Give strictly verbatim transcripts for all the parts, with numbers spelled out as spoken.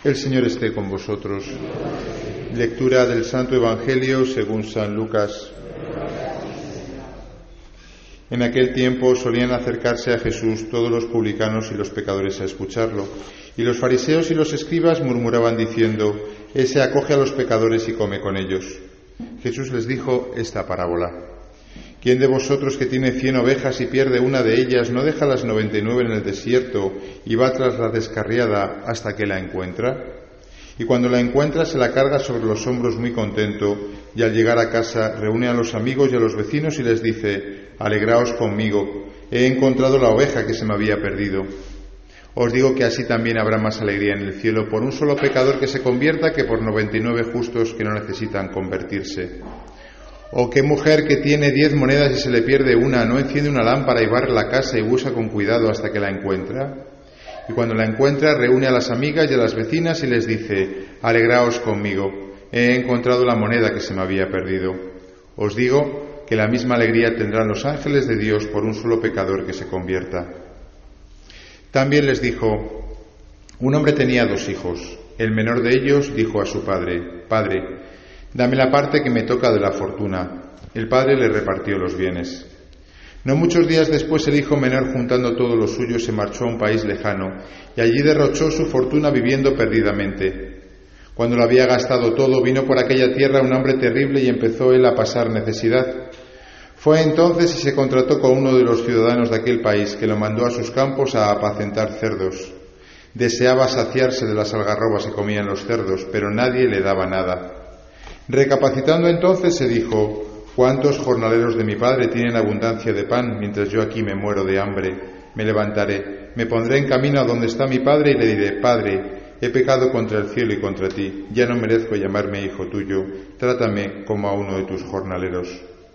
El Señor esté con vosotros. Lectura del Santo Evangelio según San Lucas. En aquel tiempo solían acercarse a Jesús todos los publicanos y los pecadores a escucharlo, y los fariseos y los escribas murmuraban diciendo: Ese acoge a los pecadores y come con ellos. Jesús les dijo esta parábola: ¿Quién de vosotros que tiene cien ovejas y pierde una de ellas no deja las noventa y nueve en el desierto y va tras la descarriada hasta que la encuentra? Y cuando la encuentra se la carga sobre los hombros muy contento, y al llegar a casa reúne a los amigos y a los vecinos y les dice: Alegraos conmigo, he encontrado la oveja que se me había perdido. Os digo que así también habrá más alegría en el cielo por un solo pecador que se convierta que por noventa y nueve justos que no necesitan convertirse. ¿O qué mujer que tiene diez monedas y se le pierde una no enciende una lámpara y barre la casa y busca con cuidado hasta que la encuentra? Y cuando la encuentra reúne a las amigas y a las vecinas y les dice: Alegraos conmigo, he encontrado la moneda que se me había perdido. Os digo que la misma alegría tendrán los ángeles de Dios por un solo pecador que se convierta. También les dijo: Un hombre tenía dos hijos. El menor de ellos dijo a su padre: Padre, dame la parte que me toca de la fortuna. El padre le repartió los bienes. No muchos días después el hijo menor, juntando todo lo suyo, se marchó a un país lejano y allí derrochó su fortuna viviendo perdidamente. Cuando lo había gastado todo, vino por aquella tierra un hambre terrible y empezó él a pasar necesidad. Fue entonces y se contrató con uno de los ciudadanos de aquel país, que lo mandó a sus campos a apacentar cerdos. Deseaba saciarse de las algarrobas que comían los cerdos, pero nadie le daba nada. Recapacitando entonces se dijo: ¿Cuántos jornaleros de mi padre tienen abundancia de pan, mientras yo aquí me muero de hambre? Me levantaré, me pondré en camino a donde está mi padre y le diré: Padre, he pecado contra el cielo y contra ti, ya no merezco llamarme hijo tuyo, trátame como a uno de tus jornaleros.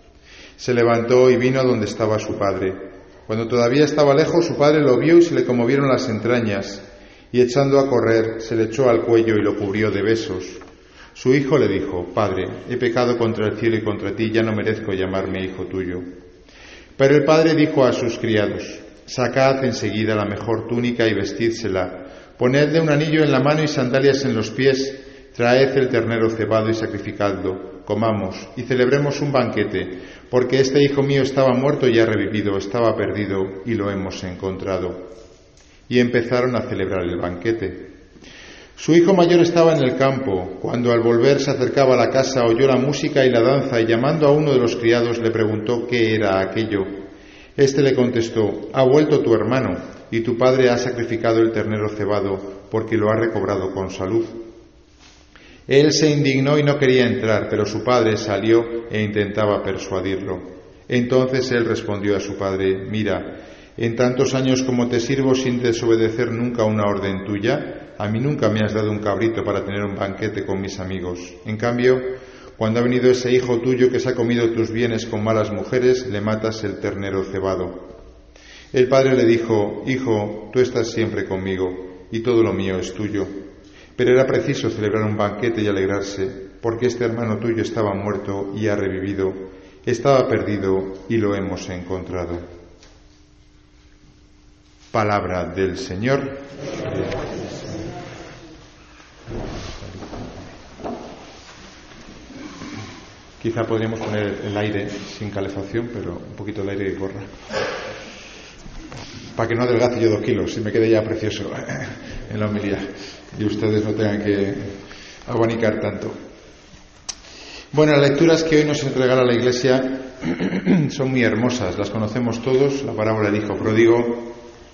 Se levantó y vino a donde estaba su padre. Cuando todavía estaba lejos, su padre lo vio y se le conmovieron las entrañas, y echando a correr, se le echó al cuello y lo cubrió de besos. Su hijo le dijo: Padre, he pecado contra el cielo y contra ti, ya no merezco llamarme hijo tuyo. Pero el padre dijo a sus criados: Sacad enseguida la mejor túnica y vestídsela, ponedle un anillo en la mano y sandalias en los pies, traed el ternero cebado y sacrificadlo, comamos y celebremos un banquete, porque este hijo mío estaba muerto y ha revivido, estaba perdido y lo hemos encontrado. Y empezaron a celebrar el banquete. Su hijo mayor estaba en el campo. Cuando al volver se acercaba a la casa oyó la música y la danza, y llamando a uno de los criados le preguntó qué era aquello. Este le contestó: Ha vuelto tu hermano, y tu padre ha sacrificado el ternero cebado, porque lo ha recobrado con salud. Él se indignó y no quería entrar, pero su padre salió e intentaba persuadirlo. Entonces él respondió a su padre: Mira, en tantos años como te sirvo sin desobedecer nunca una orden tuya, a mí nunca me has dado un cabrito para tener un banquete con mis amigos. En cambio, cuando ha venido ese hijo tuyo que se ha comido tus bienes con malas mujeres, le matas el ternero cebado. El padre le dijo: Hijo, tú estás siempre conmigo, y todo lo mío es tuyo. Pero era preciso celebrar un banquete y alegrarse, porque este hermano tuyo estaba muerto y ha revivido, estaba perdido y lo hemos encontrado. Palabra del Señor. Quizá podríamos poner el aire sin calefacción, pero un poquito el aire y corra, para que no adelgace yo dos kilos y me quede ya precioso en la homilía y ustedes no tengan que abanicar tanto. Bueno, las lecturas que hoy nos regala la Iglesia son muy hermosas, las conocemos todos: la parábola del hijo pródigo.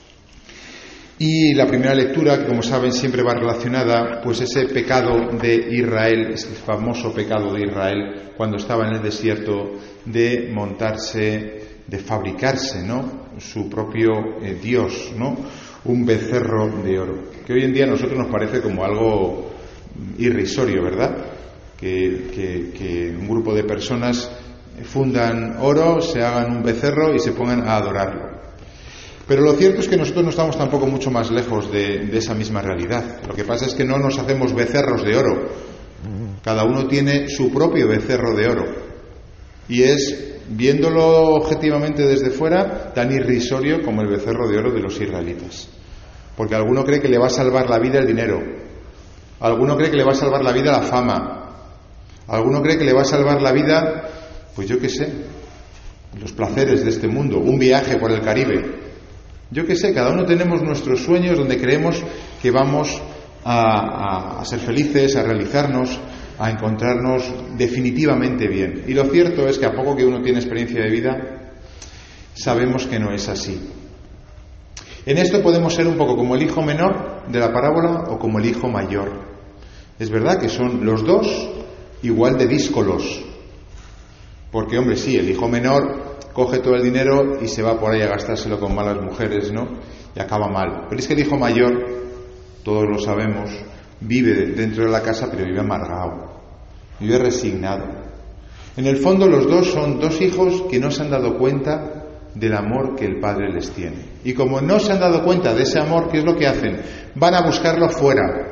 Y la primera lectura, que como saben siempre va relacionada, pues ese pecado de Israel, ese famoso pecado de Israel cuando estaba en el desierto, de montarse, de fabricarse, ¿no?, su propio eh, Dios, ¿no?, un becerro de oro, que hoy en día a nosotros nos parece como algo irrisorio, ¿verdad? Que, que, que un grupo de personas fundan oro, se hagan un becerro y se pongan a adorarlo. Pero lo cierto es que nosotros no estamos tampoco mucho más lejos de, de esa misma realidad. Lo que pasa es que no nos hacemos becerros de oro. Cada uno tiene su propio becerro de oro. Y es, viéndolo objetivamente desde fuera, tan irrisorio como el becerro de oro de los israelitas. Porque alguno cree que le va a salvar la vida el dinero. Alguno cree que le va a salvar la vida la fama. Alguno cree que le va a salvar la vida, pues yo qué sé, los placeres de este mundo, un viaje por el Caribe. Yo qué sé, cada uno tenemos nuestros sueños donde creemos que vamos a, a, a ser felices, a realizarnos, a encontrarnos definitivamente bien. Y lo cierto es que a poco que uno tiene experiencia de vida, sabemos que no es así. En esto podemos ser un poco como el hijo menor de la parábola o como el hijo mayor. Es verdad que son los dos igual de díscolos. Porque, hombre, sí, el hijo menor coge todo el dinero y se va por ahí a gastárselo con malas mujeres, ¿no? Y acaba mal. Pero es que el hijo mayor, todos lo sabemos, vive dentro de la casa, pero vive amargado, vive resignado. En el fondo los dos son dos hijos que no se han dado cuenta del amor que el Padre les tiene. Y como no se han dado cuenta de ese amor, ¿qué es lo que hacen? Van a buscarlo fuera.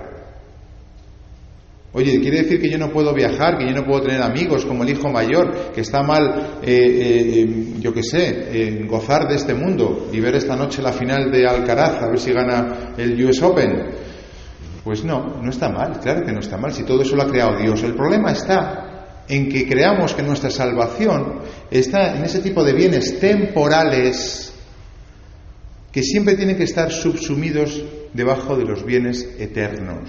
Oye, ¿quiere decir que yo no puedo viajar, que yo no puedo tener amigos como el hijo mayor, que está mal, eh, eh, yo qué sé, eh, gozar de este mundo y ver esta noche la final de Alcaraz, a ver si gana el U S Open? Pues no, no está mal, claro que no está mal, si todo eso lo ha creado Dios. El problema está en que creamos que nuestra salvación está en ese tipo de bienes temporales que siempre tienen que estar subsumidos debajo de los bienes eternos.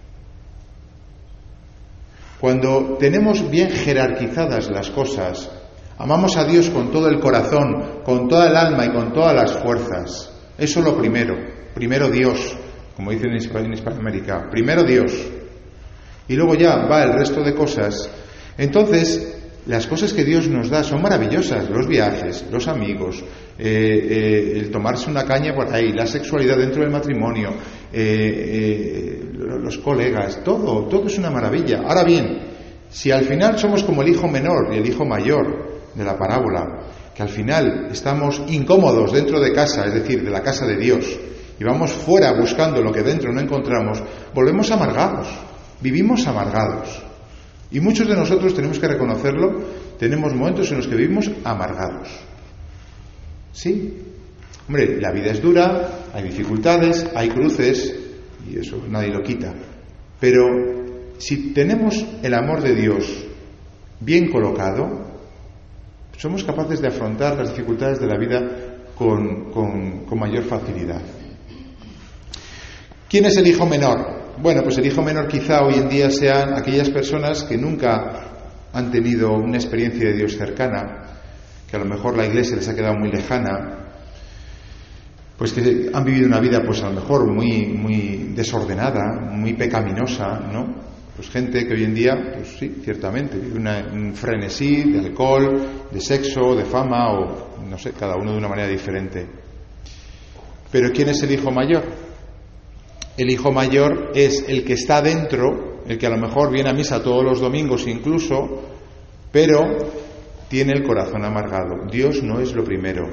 Cuando tenemos bien jerarquizadas las cosas, amamos a Dios con todo el corazón, con toda el alma y con todas las fuerzas. Eso es lo primero. Primero Dios, como dicen en Hispanoamérica. Primero Dios. Y luego ya va el resto de cosas. Entonces, las cosas que Dios nos da son maravillosas. Los viajes, los amigos, eh, eh, el tomarse una caña por ahí, la sexualidad dentro del matrimonio, eh, eh, los colegas, todo, todo es una maravilla. Ahora bien, si al final somos como el hijo menor y el hijo mayor de la parábola, que al final estamos incómodos dentro de casa, es decir, de la casa de Dios, y vamos fuera buscando lo que dentro no encontramos, volvemos amargados, vivimos amargados. Y muchos de nosotros tenemos que reconocerlo, tenemos momentos en los que vivimos amargados. ¿Sí? Hombre, la vida es dura, hay dificultades, hay cruces, y eso nadie lo quita. Pero si tenemos el amor de Dios bien colocado, somos capaces de afrontar las dificultades de la vida con, con, con mayor facilidad. ¿Quién es el hijo menor? Bueno, pues el hijo menor quizá hoy en día sean aquellas personas que nunca han tenido una experiencia de Dios cercana, que a lo mejor la iglesia les ha quedado muy lejana, pues que han vivido una vida pues a lo mejor muy, muy desordenada, muy pecaminosa, ¿no? Pues gente que hoy en día, pues sí, ciertamente, vive una, un frenesí de alcohol, de sexo, de fama, o no sé, cada uno de una manera diferente. Pero ¿quién es el hijo mayor? El hijo mayor es el que está dentro, el que a lo mejor viene a misa todos los domingos incluso, pero tiene el corazón amargado. Dios no es lo primero.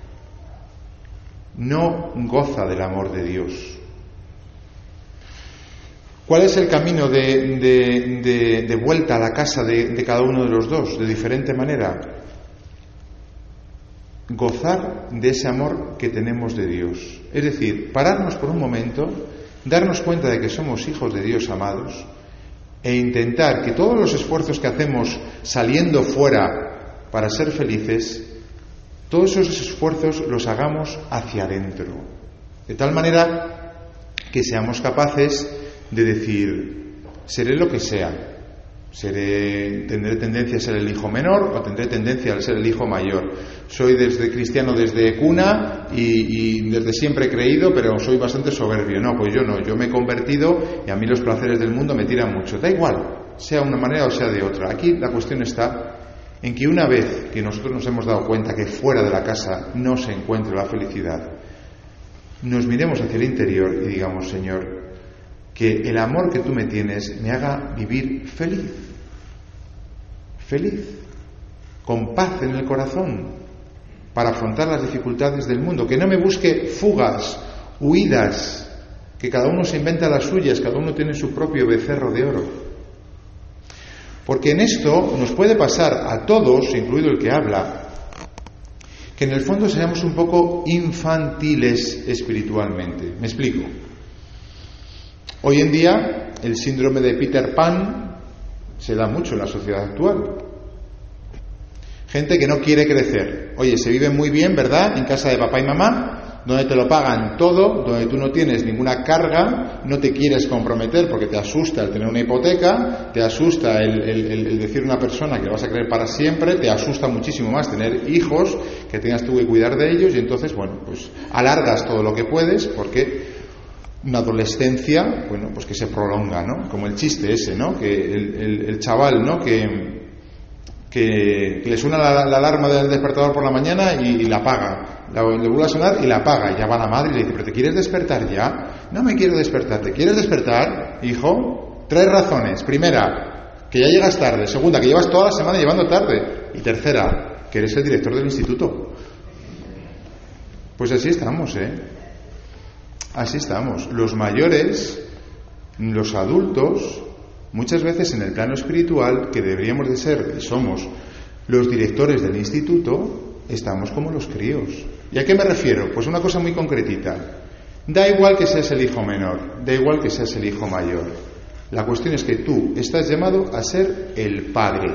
No goza del amor de Dios. ¿Cuál es el camino de, de, de, de vuelta a la casa de, de cada uno de los dos? De diferente manera. Gozar de ese amor que tenemos de Dios. Es decir, pararnos por un momento, darnos cuenta de que somos hijos de Dios amados e intentar que todos los esfuerzos que hacemos saliendo fuera para ser felices, todos esos esfuerzos los hagamos hacia adentro, de tal manera que seamos capaces de decir, seré lo que sea, seré, tendré tendencia a ser el hijo menor o tendré tendencia a ser el hijo mayor. Soy desde cristiano desde cuna y, y desde siempre he creído, pero soy bastante soberbio. No, pues yo no, yo me he convertido y a mí los placeres del mundo me tiran mucho. Da igual, sea una manera o sea de otra. Aquí la cuestión está en que una vez que nosotros nos hemos dado cuenta que fuera de la casa no se encuentra la felicidad, nos miremos hacia el interior y digamos, Señor, que el amor que tú me tienes me haga vivir feliz, feliz, con paz en el corazón, para afrontar las dificultades del mundo, que no me busque fugas, huidas, que cada uno se inventa las suyas, cada uno tiene su propio becerro de oro. Porque en esto nos puede pasar a todos, incluido el que habla, que en el fondo seamos un poco infantiles espiritualmente. Me explico. Hoy en día el síndrome de Peter Pan se da mucho en la sociedad actual. Gente que no quiere crecer. Oye, se vive muy bien, ¿verdad?, en casa de papá y mamá, donde te lo pagan todo, donde tú no tienes ninguna carga, no te quieres comprometer porque te asusta el tener una hipoteca, te asusta el, el, el, el decir a una persona que vas a querer para siempre, te asusta muchísimo más tener hijos, que tengas tú que cuidar de ellos, y entonces, bueno, pues alargas todo lo que puedes porque una adolescencia, bueno, pues que se prolonga, ¿no? Como el chiste ese, ¿no? Que el, el, el chaval, ¿no? Que... Que, que le suena la, la alarma del despertador por la mañana y, y la apaga, la, le vuelve a sonar y la apaga, y ya va la madre y le dice, ¿pero te quieres despertar ya? No me quiero despertar. ¿Te quieres despertar, hijo? Tres razones. Primera, que ya llegas tarde. Segunda, que llevas toda la semana llevando tarde. Y tercera, que eres el director del instituto. Pues así estamos, ¿eh? Así estamos. Los mayores, los adultos, muchas veces en el plano espiritual, que deberíamos de ser, y somos, los directores del instituto, estamos como los críos. ¿Y a qué me refiero? Pues una cosa muy concretita. Da igual que seas el hijo menor, da igual que seas el hijo mayor. La cuestión es que tú estás llamado a ser el padre.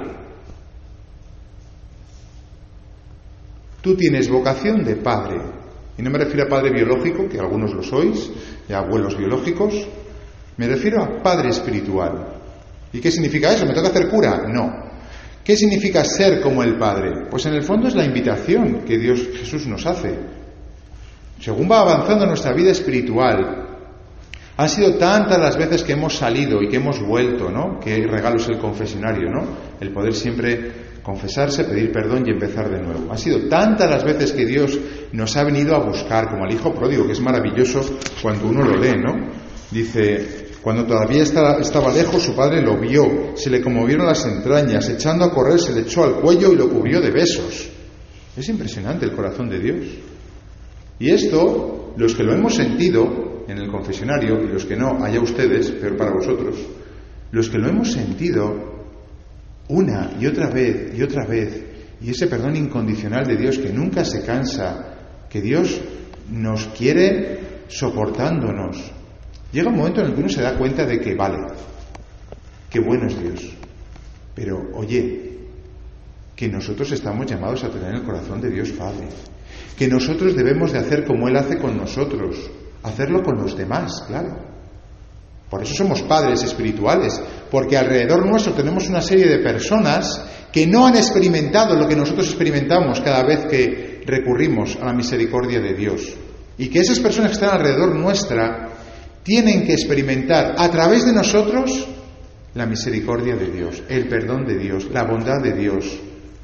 Tú tienes vocación de padre. Y no me refiero a padre biológico, que algunos lo sois, y a abuelos biológicos. Me refiero a padre espiritual. ¿Y qué significa eso? ¿Me toca hacer cura? No. ¿Qué significa ser como el Padre? Pues en el fondo es la invitación que Dios Jesús nos hace. Según va avanzando nuestra vida espiritual, han sido tantas las veces que hemos salido y que hemos vuelto, ¿no? Qué regalo es el confesionario, ¿no? El poder siempre confesarse, pedir perdón y empezar de nuevo. Han sido tantas las veces que Dios nos ha venido a buscar, como al hijo pródigo, que es maravilloso cuando uno lo lee, ¿no? Dice... Cuando todavía estaba lejos, su padre lo vio, se le conmovieron las entrañas, echando a correr se le echó al cuello y lo cubrió de besos. Es impresionante el corazón de Dios. Y esto, los que lo hemos sentido en el confesionario, y los que no, allá ustedes, pero para vosotros, los que lo hemos sentido una y otra vez y otra vez, y ese perdón incondicional de Dios que nunca se cansa, que Dios nos quiere soportándonos. Llega un momento en el que uno se da cuenta de que, vale, qué bueno es Dios, pero oye, que nosotros estamos llamados a tener el corazón de Dios Padre, que nosotros debemos de hacer como Él hace con nosotros, hacerlo con los demás, claro. Por eso somos padres espirituales, porque alrededor nuestro tenemos una serie de personas que no han experimentado lo que nosotros experimentamos cada vez que recurrimos a la misericordia de Dios, y que esas personas que están alrededor nuestra tienen que experimentar a través de nosotros la misericordia de Dios, el perdón de Dios, la bondad de Dios,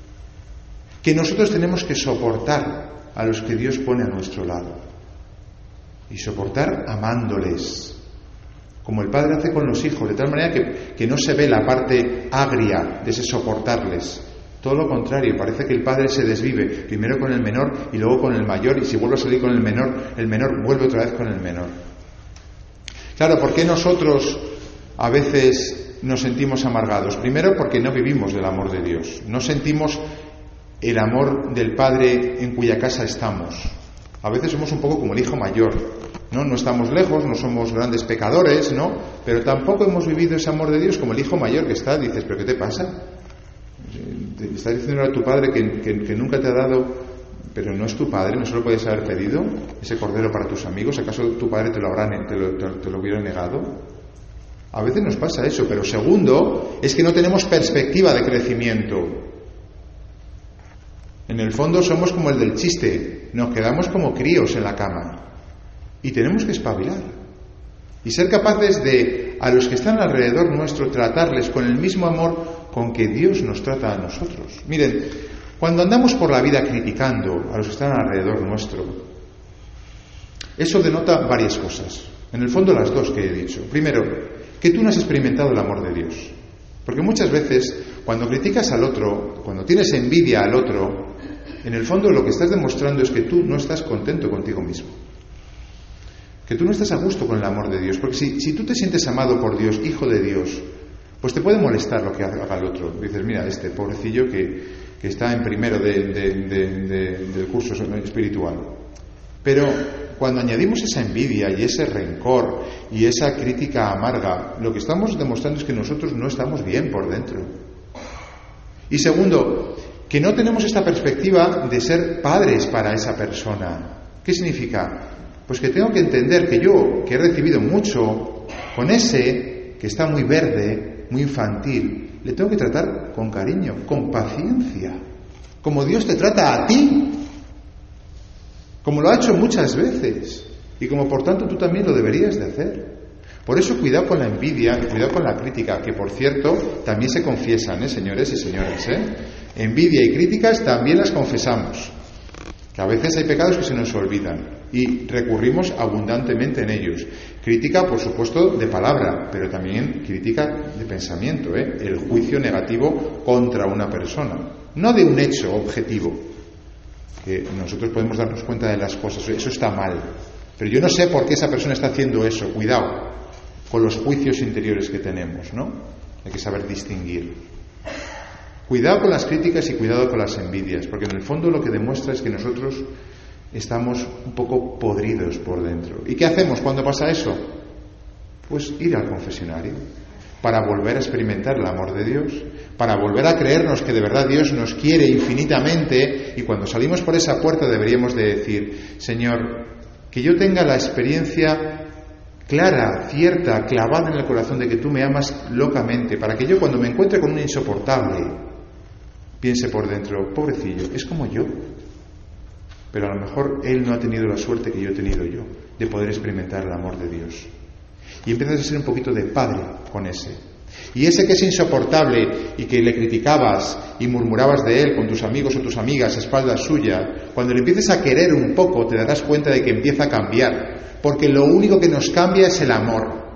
que nosotros tenemos que soportar a los que Dios pone a nuestro lado, y soportar amándoles, como el Padre hace con los hijos, de tal manera que, que no se ve la parte agria de ese soportarles. Todo lo contrario, parece que el Padre se desvive, primero con el menor y luego con el mayor, y si vuelve a salir con el menor, el menor vuelve otra vez con el menor. Claro, ¿por qué nosotros a veces nos sentimos amargados? Primero, porque no vivimos del amor de Dios. No sentimos el amor del Padre en cuya casa estamos. A veces somos un poco como el hijo mayor, ¿no? No estamos lejos, no somos grandes pecadores, ¿no? Pero tampoco hemos vivido ese amor de Dios como el hijo mayor que está. Dices, ¿pero qué te pasa? Te estás diciendo a tu Padre que, que, que nunca te ha dado... Pero no es tu padre, no se lo puedes haber pedido, ese cordero para tus amigos. ¿Acaso tu padre te lo, habrá, te lo, te, te lo hubiera negado? A veces nos pasa eso, pero segundo, es que no tenemos perspectiva de crecimiento. En el fondo somos como el del chiste, nos quedamos como críos en la cama. Y tenemos que espabilar. Y ser capaces de, a los que están alrededor nuestro, tratarles con el mismo amor con que Dios nos trata a nosotros. Miren, cuando andamos por la vida criticando a los que están alrededor nuestro, eso denota varias cosas. En el fondo las dos que he dicho. Primero, que tú no has experimentado el amor de Dios. Porque muchas veces, cuando criticas al otro, cuando tienes envidia al otro, en el fondo lo que estás demostrando es que tú no estás contento contigo mismo. Que tú no estás a gusto con el amor de Dios. Porque si, si tú te sientes amado por Dios, hijo de Dios, pues te puede molestar lo que haga el otro. Dices, mira, este pobrecillo que... que está en primero de, de, de, de, del curso espiritual. Pero cuando añadimos esa envidia y ese rencor y esa crítica amarga, lo que estamos demostrando es que nosotros no estamos bien por dentro. Y segundo, que no tenemos esta perspectiva de ser padres para esa persona. ¿Qué significa? Pues que tengo que entender que yo, que he recibido mucho, con ese que está muy verde, muy infantil, le tengo que tratar con cariño, con paciencia, como Dios te trata a ti, como lo ha hecho muchas veces, y como por tanto tú también lo deberías de hacer. Por eso cuidado con la envidia, cuidado con la crítica, que por cierto también se confiesan, ¿eh, señores y señoras? ¿eh? Envidia y críticas también las confesamos, que a veces hay pecados que se nos olvidan y recurrimos abundantemente en ellos. Crítica, por supuesto, de palabra, pero también crítica de pensamiento, ¿eh? El juicio negativo contra una persona, no de un hecho objetivo, que nosotros podemos darnos cuenta de las cosas, eso está mal, pero yo no sé por qué esa persona está haciendo eso. Cuidado con los juicios interiores que tenemos, ¿no? Hay que saber distinguir. Cuidado con las críticas y cuidado con las envidias, porque en el fondo lo que demuestra es que nosotros estamos un poco podridos por dentro. ¿Y qué hacemos cuando pasa eso? Pues ir al confesionario para volver a experimentar el amor de Dios, para volver a creernos que de verdad Dios nos quiere infinitamente, y cuando salimos por esa puerta deberíamos de decir: Señor, que yo tenga la experiencia clara, cierta, clavada en el corazón de que tú me amas locamente, para que yo cuando me encuentre con un insoportable piense por dentro: pobrecillo, es como yo, pero a lo mejor él no ha tenido la suerte que yo he tenido yo de poder experimentar el amor de Dios. Y empiezas a ser un poquito de padre con ese. Y ese que es insoportable y que le criticabas y murmurabas de él con tus amigos o tus amigas a espaldas suya, cuando le empieces a querer un poco te darás cuenta de que empieza a cambiar, porque lo único que nos cambia es el amor.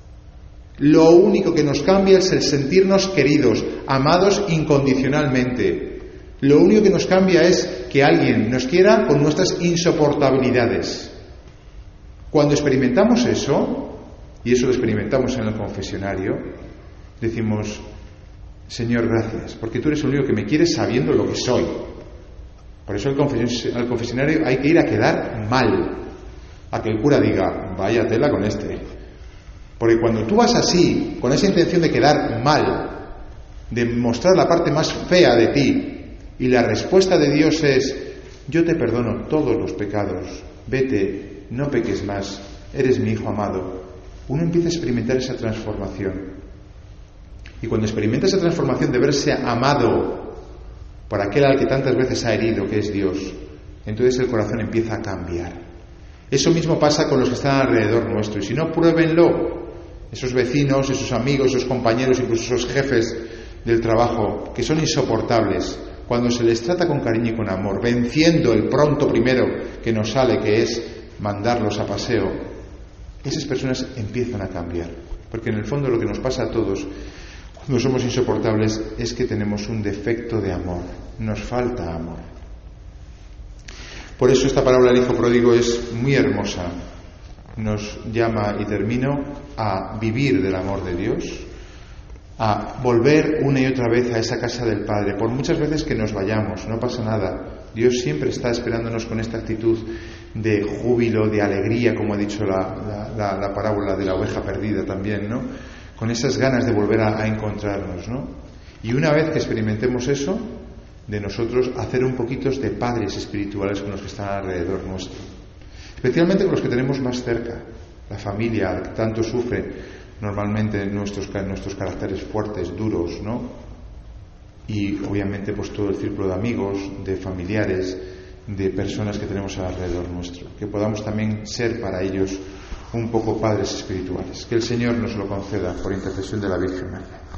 Lo único que nos cambia es el sentirnos queridos, amados incondicionalmente. Lo único que nos cambia es que alguien nos quiera con nuestras insoportabilidades. Cuando experimentamos eso, y eso lo experimentamos en el confesionario, decimos: Señor, gracias, porque tú eres el único que me quieres sabiendo lo que soy. Por eso al confesionario hay que ir a quedar mal, a que el cura diga: vaya tela con este. Porque cuando tú vas así, con esa intención de quedar mal, de mostrar la parte más fea de ti, y la respuesta de Dios es: yo te perdono todos los pecados, vete, no peques más, eres mi hijo amado, uno empieza a experimentar esa transformación. Y cuando experimenta esa transformación de verse amado por aquel al que tantas veces ha herido, que es Dios, entonces el corazón empieza a cambiar. Eso mismo pasa con los que están alrededor nuestro, y si no, pruébenlo. Esos vecinos, esos amigos, esos compañeros, incluso esos jefes del trabajo, que son insoportables, cuando se les trata con cariño y con amor, venciendo el pronto primero que nos sale, que es mandarlos a paseo, esas personas empiezan a cambiar. Porque en el fondo lo que nos pasa a todos cuando somos insoportables es que tenemos un defecto de amor, nos falta amor. Por eso esta parábola del hijo pródigo es muy hermosa. Nos llama, y termino, a vivir del amor de Dios, a volver una y otra vez a esa casa del Padre. Por muchas veces que nos vayamos, no pasa nada. Dios siempre está esperándonos con esta actitud de júbilo, de alegría, como ha dicho la, la, la parábola de la oveja perdida también, ¿no? Con esas ganas de volver a, a encontrarnos, ¿no? Y una vez que experimentemos eso, de nosotros hacer un poquito de padres espirituales con los que están alrededor nuestro. Especialmente con los que tenemos más cerca, la familia, que tanto sufre normalmente nuestros, nuestros caracteres fuertes, duros, ¿no? Y obviamente pues todo el círculo de amigos, de familiares, de personas que tenemos alrededor nuestro, que podamos también ser para ellos un poco padres espirituales. Que el Señor nos lo conceda por intercesión de la Virgen María.